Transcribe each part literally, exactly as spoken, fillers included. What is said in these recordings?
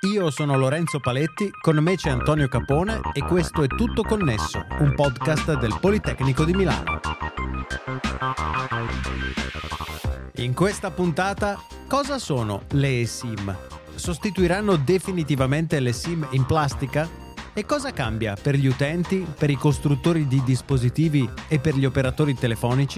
Io sono Lorenzo Paletti, con me c'è Antonio Capone e questo è Tutto Connesso, un podcast del Politecnico di Milano. In questa puntata, cosa sono le eSIM? Sostituiranno definitivamente le SIM in plastica? E cosa cambia per gli utenti, per i costruttori di dispositivi e per gli operatori telefonici?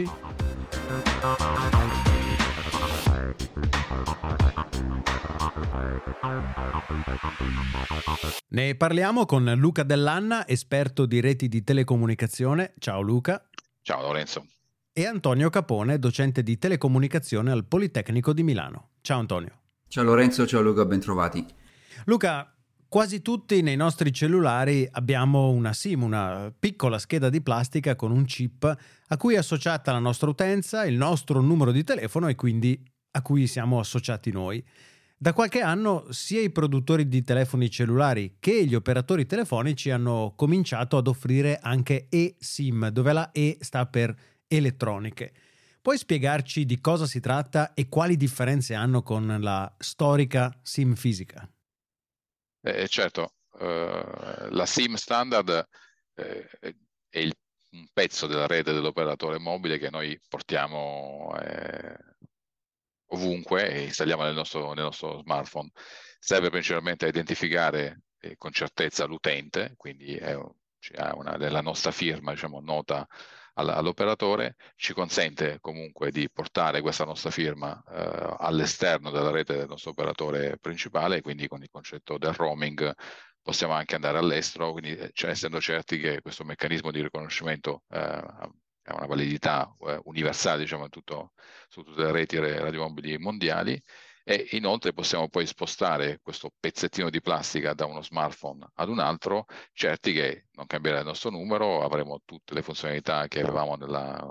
Ne parliamo con Luca Dell'Anna, esperto di reti di telecomunicazione. Ciao Luca. Ciao Lorenzo. E Antonio Capone, docente di telecomunicazione al Politecnico di Milano. Ciao Antonio. Ciao Lorenzo, ciao Luca, bentrovati. Luca, quasi tutti nei nostri cellulari abbiamo una SIM, una piccola scheda di plastica con un chip a cui è associata la nostra utenza, il nostro numero di telefono e quindi a cui siamo associati noi. Da qualche anno sia i produttori di telefoni cellulari che gli operatori telefonici hanno cominciato ad offrire anche eSIM, dove la E sta per elettroniche. Puoi spiegarci di cosa si tratta e quali differenze hanno con la storica SIM fisica? Eh, certo, eh, la SIM standard eh, è il, un pezzo della rete dell'operatore mobile che noi portiamo eh, ovunque e installiamo nel nostro, nel nostro smartphone. Serve principalmente a identificare eh, con certezza l'utente, quindi è una della nostra firma, diciamo, nota all'operatore, ci consente comunque di portare questa nostra firma eh, all'esterno della rete del nostro operatore principale, quindi con il concetto del roaming possiamo anche andare all'estero, quindi cioè, essendo certi che questo meccanismo di riconoscimento eh, ha una validità eh, universale, diciamo, in tutto, su tutte le reti radiomobili mondiali. E inoltre possiamo poi spostare questo pezzettino di plastica da uno smartphone ad un altro, certi che non cambierà il nostro numero, avremo tutte le funzionalità che avevamo nella,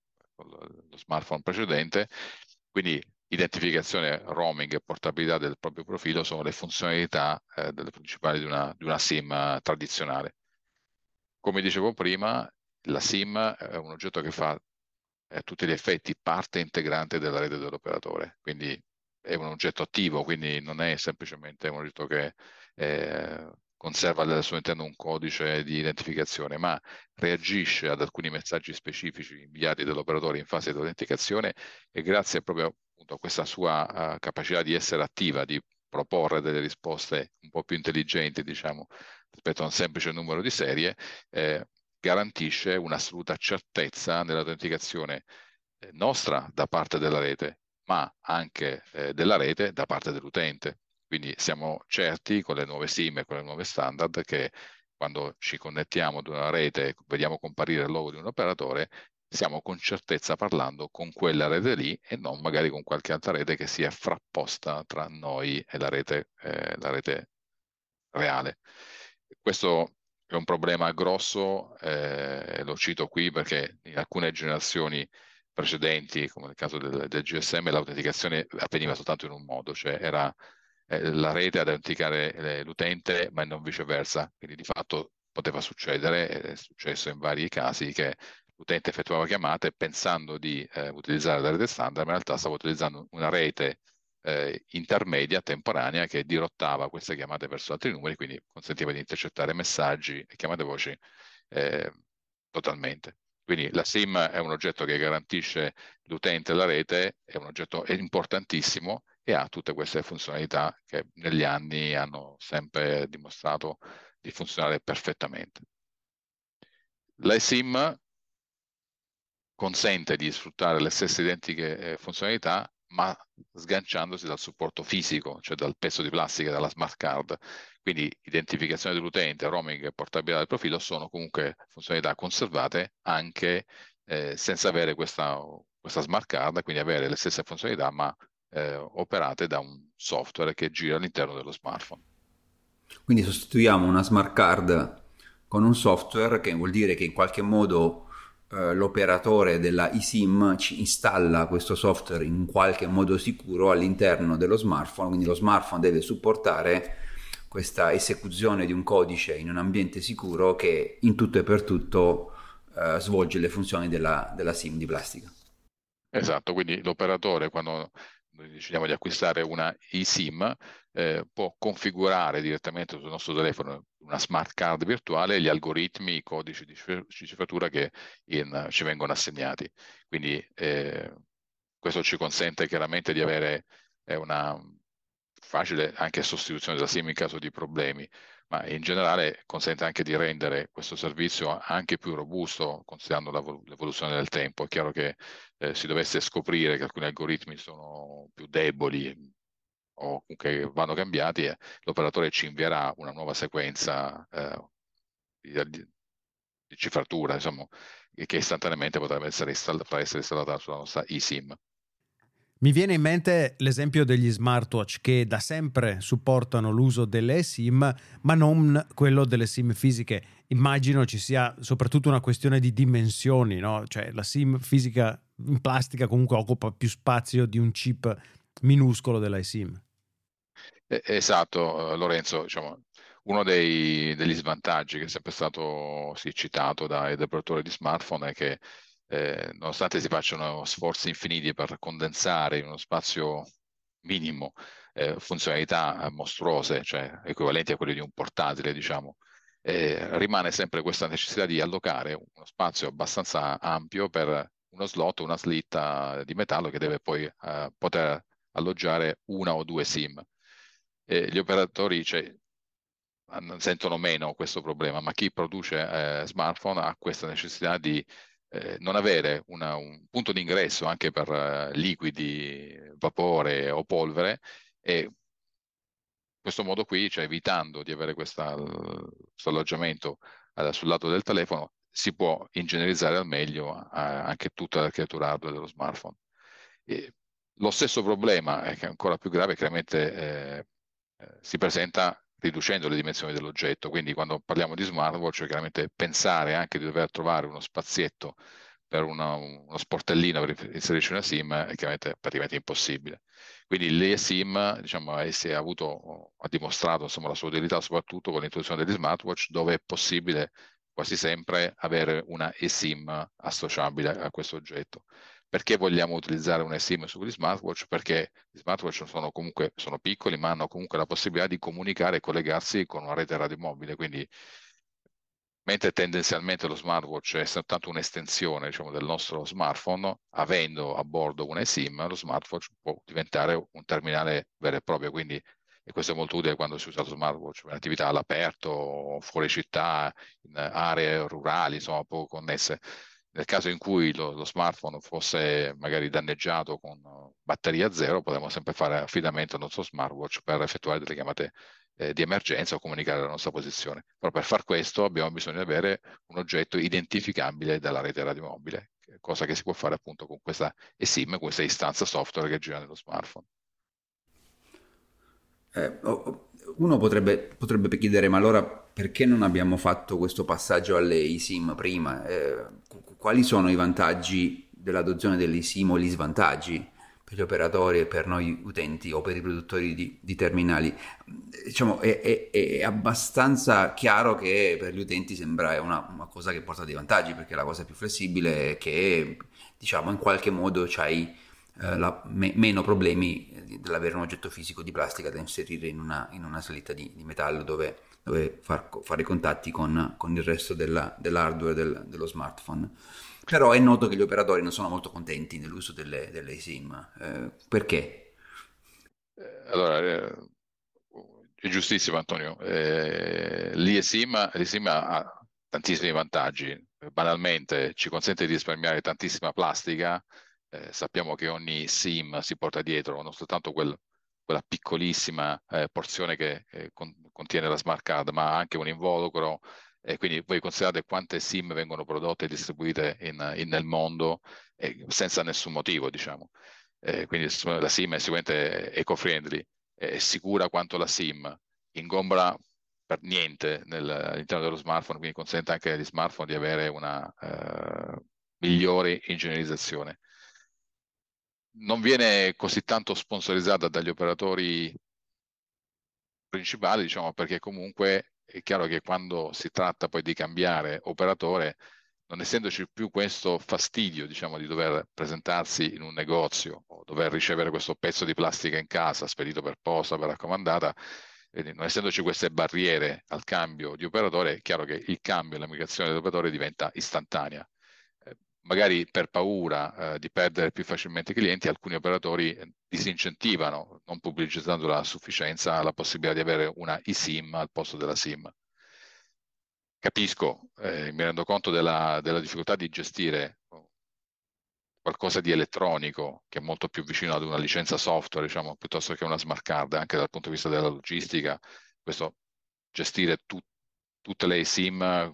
nello smartphone precedente, quindi identificazione, roaming e portabilità del proprio profilo sono le funzionalità eh, delle principali di una, di una SIM tradizionale. Come dicevo prima, la SIM è un oggetto che fa a tutti gli effetti parte integrante della rete dell'operatore, quindi è un oggetto attivo, quindi non è semplicemente un oggetto che eh, conserva al suo interno un codice di identificazione, ma reagisce ad alcuni messaggi specifici inviati dall'operatore in fase di autenticazione e grazie proprio appunto, a questa sua uh, capacità di essere attiva, di proporre delle risposte un po' più intelligenti, diciamo, rispetto a un semplice numero di serie, eh, garantisce un'assoluta certezza nell'autenticazione eh, nostra da parte della rete, ma anche eh, della rete da parte dell'utente. Quindi siamo certi con le nuove SIM e con le nuove standard che quando ci connettiamo ad una rete e vediamo comparire il logo di un operatore, stiamo con certezza parlando con quella rete lì e non magari con qualche altra rete che sia frapposta tra noi e la rete, eh, la rete reale. Questo è un problema grosso, eh, lo cito qui perché in alcune generazioni precedenti, come nel caso del, del G S M, l'autenticazione avveniva soltanto in un modo, cioè era eh, la rete ad autenticare eh, l'utente, ma non viceversa. Quindi di fatto poteva succedere, è successo in vari casi, che l'utente effettuava chiamate pensando di eh, utilizzare la rete standard, ma in realtà stava utilizzando una rete eh, intermedia, temporanea, che dirottava queste chiamate verso altri numeri, quindi consentiva di intercettare messaggi e chiamate voci eh, totalmente. Quindi la SIM è un oggetto che garantisce l'utente e la rete, è un oggetto importantissimo e ha tutte queste funzionalità che negli anni hanno sempre dimostrato di funzionare perfettamente. La SIM consente di sfruttare le stesse identiche eh, funzionalità, ma sganciandosi dal supporto fisico, cioè dal pezzo di plastica, dalla smart card. Quindi identificazione dell'utente, roaming e portabilità del profilo sono comunque funzionalità conservate anche eh, senza avere questa, questa smart card, quindi avere le stesse funzionalità ma eh, operate da un software che gira all'interno dello smartphone. Quindi sostituiamo una smart card con un software, che vuol dire che in qualche modo eh, l'operatore della eSIM ci installa questo software in qualche modo sicuro all'interno dello smartphone, quindi lo smartphone deve supportare questa esecuzione di un codice in un ambiente sicuro che in tutto e per tutto eh, svolge le funzioni della, della SIM di plastica. Esatto, quindi l'operatore quando noi decidiamo di acquistare una eSIM eh, può configurare direttamente sul nostro telefono una smart card virtuale gli algoritmi, i codici di cifratura che in, ci vengono assegnati. Quindi eh, questo ci consente chiaramente di avere eh, una facile anche sostituzione della SIM in caso di problemi, ma in generale consente anche di rendere questo servizio anche più robusto considerando l'evoluzione del tempo. È chiaro che eh, si dovesse scoprire che alcuni algoritmi sono più deboli o comunque vanno cambiati, eh, l'operatore ci invierà una nuova sequenza eh, di, di- di cifratura, insomma, che istantaneamente potrebbe essere, install- potrà essere installata sulla nostra eSIM. Mi viene in mente l'esempio degli smartwatch che da sempre supportano l'uso delle SIM, ma non quello delle SIM fisiche. Immagino ci sia soprattutto una questione di dimensioni, no? Cioè la SIM fisica in plastica comunque occupa più spazio di un chip minuscolo della SIM. Eh, Esatto, eh, Lorenzo, diciamo, uno dei- degli svantaggi che è sempre stato sì, citato dai operatori di smartphone è che eh, nonostante si facciano sforzi infiniti per condensare in uno spazio minimo eh, funzionalità eh, mostruose, cioè equivalenti a quelle di un portatile, diciamo, eh, rimane sempre questa necessità di allocare uno spazio abbastanza ampio per uno slot, una slitta di metallo che deve poi eh, poter alloggiare una o due SIM. Eh, gli operatori, cioè, han- sentono meno questo problema, ma chi produce eh, smartphone ha questa necessità di eh, non avere una- un punto di ingresso anche per eh, liquidi, vapore o polvere, e in questo modo qui, cioè evitando di avere questa- questo alloggiamento eh, sul lato del telefono, si può ingegnerizzare al meglio eh, anche tutta l'architettura hardware dello smartphone. E lo stesso problema, eh, che è ancora più grave, chiaramente eh, eh, si presenta riducendo le dimensioni dell'oggetto. Quindi quando parliamo di smartwatch, chiaramente pensare anche di dover trovare uno spazietto per una- uno sportellino per inserirci una SIM è chiaramente praticamente impossibile. Quindi l'eSIM, diciamo, è- si è avuto, ha dimostrato insomma, la sua utilità soprattutto con l'introduzione degli smartwatch, dove è possibile quasi sempre avere una eSIM associabile a questo oggetto. Perché vogliamo utilizzare un eSIM sugli smartwatch? Perché gli smartwatch sono comunque sono piccoli, ma hanno comunque la possibilità di comunicare e collegarsi con una rete radiomobile. Quindi, mentre tendenzialmente lo smartwatch è soltanto un'estensione, diciamo, del nostro smartphone, avendo a bordo un eSIM, lo smartwatch può diventare un terminale vero e proprio. Quindi, e questo è molto utile quando si usa lo smartwatch per attività all'aperto, fuori città, in aree rurali, insomma, poco connesse. Nel caso in cui lo, lo smartphone fosse magari danneggiato con uh, batteria zero, potremmo sempre fare affidamento al nostro smartwatch per effettuare delle chiamate eh, di emergenza o comunicare la nostra posizione. Però per far questo abbiamo bisogno di avere un oggetto identificabile dalla rete radiomobile, cosa che si può fare appunto con questa eSIM, questa istanza software che gira nello smartphone. Eh, oh, uno potrebbe, potrebbe chiedere, ma allora perché non abbiamo fatto questo passaggio alle eSIM prima? Eh, qu- quali sono i vantaggi dell'adozione delle eSIM o gli svantaggi per gli operatori e per noi utenti o per i produttori di, di terminali? Diciamo, è, è- è abbastanza chiaro che per gli utenti sembra una, una cosa che porta dei vantaggi, perché la cosa più flessibile è che, diciamo, in qualche modo c'hai eh, la- me- meno problemi di- dell'avere un oggetto fisico di plastica da inserire in una, in una slitta di, di metallo dove, dove far- fare i contatti con, con il resto della- dell'hardware del- dello smartphone. Però è noto che gli operatori non sono molto contenti dell'uso delle, delle SIM. Eh, perché? Eh, allora, eh, è giustissimo Antonio. Eh, l'eSIM, l'eSIM ha, ha tantissimi vantaggi. Banalmente ci consente di risparmiare tantissima plastica. Eh, sappiamo che ogni SIM si porta dietro non soltanto quel- quella piccolissima eh, porzione che eh, con- contiene la smart card, ma anche un involucro. E quindi voi considerate quante SIM vengono prodotte e distribuite in- in- nel mondo eh, senza nessun motivo, diciamo. Eh, quindi la SIM è sicuramente eco-friendly, è sicura quanto la SIM, ingombra per niente nel- all'interno dello smartphone, quindi consente anche agli smartphone di avere una eh, migliore ingegnerizzazione. Non viene così tanto sponsorizzata dagli operatori principali, diciamo, perché comunque è chiaro che quando si tratta poi di cambiare operatore, non essendoci più questo fastidio, diciamo, di dover presentarsi in un negozio o dover ricevere questo pezzo di plastica in casa, spedito per posta, per raccomandata, quindi non essendoci queste barriere al cambio di operatore, è chiaro che il cambio e la migrazione dell'operatore diventa istantanea. Eh, magari per paura eh, di perdere più facilmente i clienti, alcuni operatori disincentivano, non pubblicizzando a sufficienza, la possibilità di avere una eSIM al posto della SIM. Capisco, eh, mi rendo conto della, della difficoltà di gestire qualcosa di elettronico che è molto più vicino ad una licenza software, diciamo, piuttosto che una smart card, anche dal punto di vista della logistica. Questo gestire tu, tutte le SIM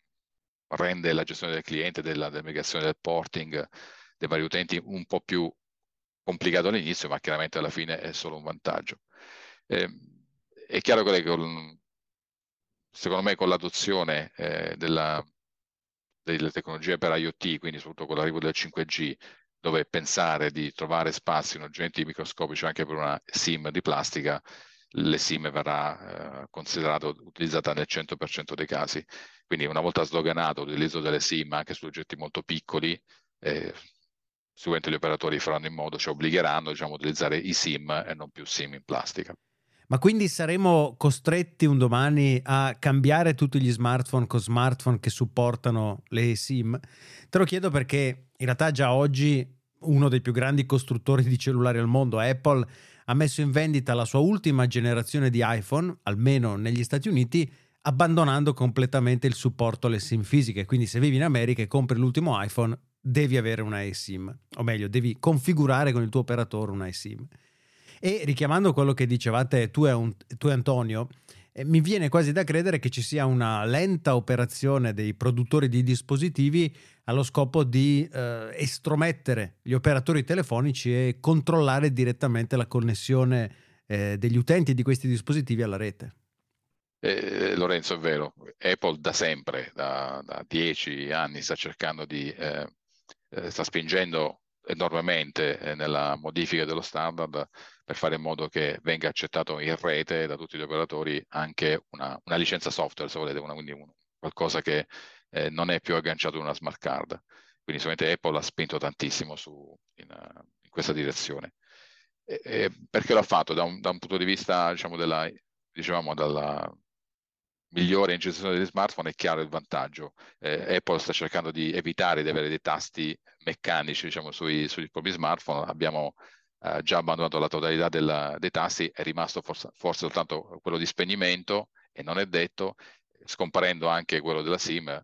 rende la gestione del cliente, della, della migrazione, del porting dei vari utenti un po' più complicato all'inizio, ma chiaramente alla fine è solo un vantaggio. Eh, è chiaro che con, secondo me con l'adozione eh, della, delle tecnologie per IoT, quindi soprattutto con l'arrivo del cinque G, dove pensare di trovare spazi in oggetti microscopici anche per una SIM di plastica, le SIM verrà eh, considerata utilizzata nel cento per cento dei casi. Quindi una volta sdoganato l'utilizzo delle SIM anche su oggetti molto piccoli, eh, sicuramente gli operatori faranno in modo, cioè obbligheranno, diciamo, a utilizzare i SIM e non più SIM in plastica. Ma quindi saremo costretti un domani a cambiare tutti gli smartphone con smartphone che supportano le SIM? Te lo chiedo perché in realtà già oggi uno dei più grandi costruttori di cellulari al mondo, Apple, ha messo in vendita la sua ultima generazione di iPhone, almeno negli Stati Uniti, abbandonando completamente il supporto alle SIM fisiche. Quindi se vivi in America e compri l'ultimo iPhone, devi avere una eSIM, o meglio, devi configurare con il tuo operatore una eSIM. E richiamando quello che dicevate tu e, tu e Antonio, eh, mi viene quasi da credere che ci sia una lenta operazione dei produttori di dispositivi allo scopo di eh, estromettere gli operatori telefonici e controllare direttamente la connessione eh, degli utenti di questi dispositivi alla rete. Eh, Lorenzo, è vero, Apple da sempre, da, da dieci anni, sta cercando di, eh, eh, sta spingendo enormemente eh, nella modifica dello standard per fare in modo che venga accettato in rete da tutti gli operatori anche una, una licenza software, se volete, una, quindi un, qualcosa che eh, non è più agganciato in una smart card. Quindi sicuramente Apple ha spinto tantissimo su, in, in questa direzione. E, e perché l'ha fatto? Da un, da un punto di vista, diciamo, della, dicevamo, dalla migliore in gestione degli smartphone, è chiaro il vantaggio. Eh, Apple sta cercando di evitare di avere dei tasti meccanici, diciamo, sui, sui propri smartphone. Abbiamo eh, già abbandonato la totalità della, dei tasti, è rimasto forse, forse soltanto quello di spegnimento, e non è detto, scomparendo anche quello della SIM,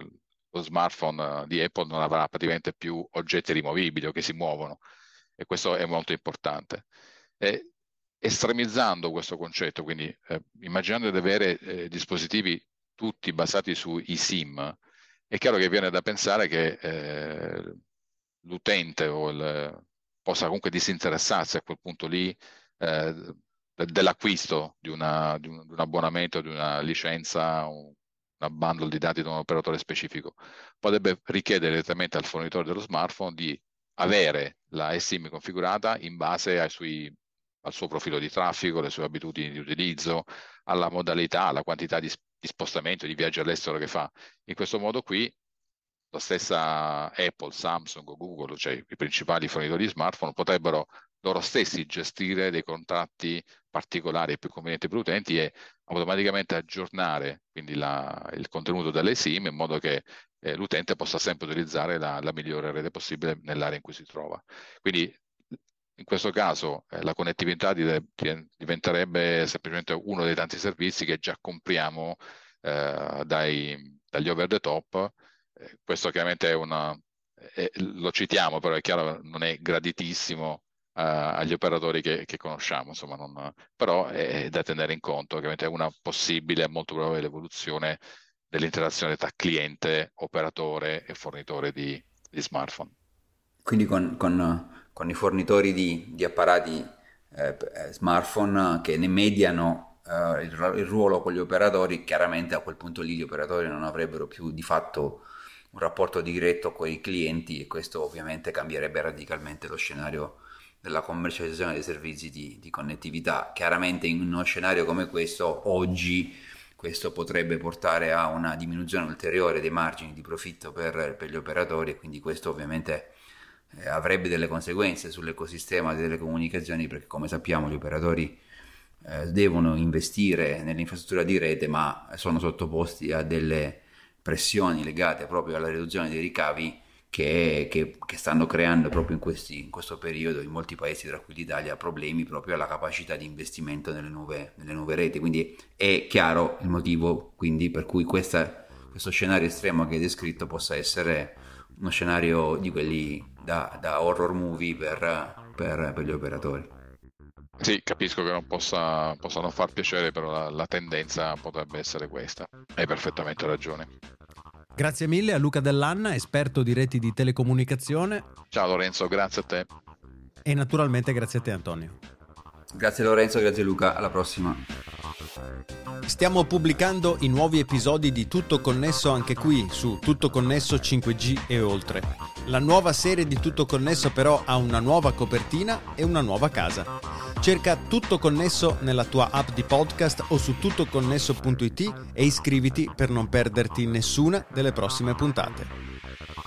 lo smartphone di Apple non avrà praticamente più oggetti rimovibili o che si muovono, e questo è molto importante. Eh, estremizzando questo concetto, quindi eh, immaginando di avere eh, dispositivi tutti basati su eSIM, è chiaro che viene da pensare che eh, l'utente o il, possa comunque disinteressarsi a quel punto lì eh, dell'acquisto di, una, di, un, di un abbonamento, di una licenza, un, una bundle di dati da un operatore specifico. Potrebbe richiedere direttamente al fornitore dello smartphone di avere la eSIM configurata in base ai suoi al suo profilo di traffico, le sue abitudini di utilizzo, alla modalità, alla quantità di, di spostamento, di viaggi all'estero che fa. In questo modo qui la stessa Apple, Samsung o Google, cioè i principali fornitori di smartphone, potrebbero loro stessi gestire dei contratti particolari e più convenienti per utenti e automaticamente aggiornare quindi la, il contenuto delle SIM in modo che eh, l'utente possa sempre utilizzare la, la migliore rete possibile nell'area in cui si trova. Quindi in questo caso eh, la connettività diventerebbe semplicemente uno dei tanti servizi che già compriamo eh, dai, dagli over the top. Eh, questo chiaramente è una, eh, lo citiamo, però è chiaro non è graditissimo eh, agli operatori che, che conosciamo, insomma, non, però è da tenere in conto, ovviamente è una possibile e molto probabile evoluzione dell'interazione tra cliente, operatore e fornitore di, di smartphone. Quindi con, con, con i fornitori di, di apparati eh, smartphone che ne mediano eh, il, il ruolo con gli operatori, chiaramente a quel punto lì gli operatori non avrebbero più di fatto un rapporto diretto con i clienti, e questo ovviamente cambierebbe radicalmente lo scenario della commercializzazione dei servizi di, di connettività. Chiaramente in uno scenario come questo oggi questo potrebbe portare a una diminuzione ulteriore dei margini di profitto per, per gli operatori, e quindi questo ovviamente eh, avrebbe delle conseguenze sull'ecosistema delle telecomunicazioni, perché come sappiamo gli operatori eh, devono investire nell'infrastruttura di rete, ma sono sottoposti a delle pressioni legate proprio alla riduzione dei ricavi che, che, che stanno creando proprio in, questi, in questo periodo in molti paesi, tra cui l'Italia, problemi proprio alla capacità di investimento nelle nuove, nelle nuove reti. Quindi è chiaro il motivo quindi per cui questa, questo scenario estremo che hai descritto possa essere uno scenario di quelli da, da horror movie per, per, per gli operatori. Sì, capisco che non possa, possano far piacere, però la, la tendenza potrebbe essere questa. Hai perfettamente ragione. Grazie mille a Luca Dell'Anna, esperto di reti di telecomunicazione. Ciao Lorenzo, grazie a te. E naturalmente grazie a te, Antonio. Grazie Lorenzo, grazie Luca, alla prossima. Stiamo pubblicando i nuovi episodi di Tutto Connesso anche qui su Tutto Connesso cinque G e oltre. La nuova serie di Tutto Connesso però ha una nuova copertina e una nuova casa. Cerca Tutto Connesso nella tua app di podcast o su tuttoconnesso punto it e iscriviti per non perderti nessuna delle prossime puntate.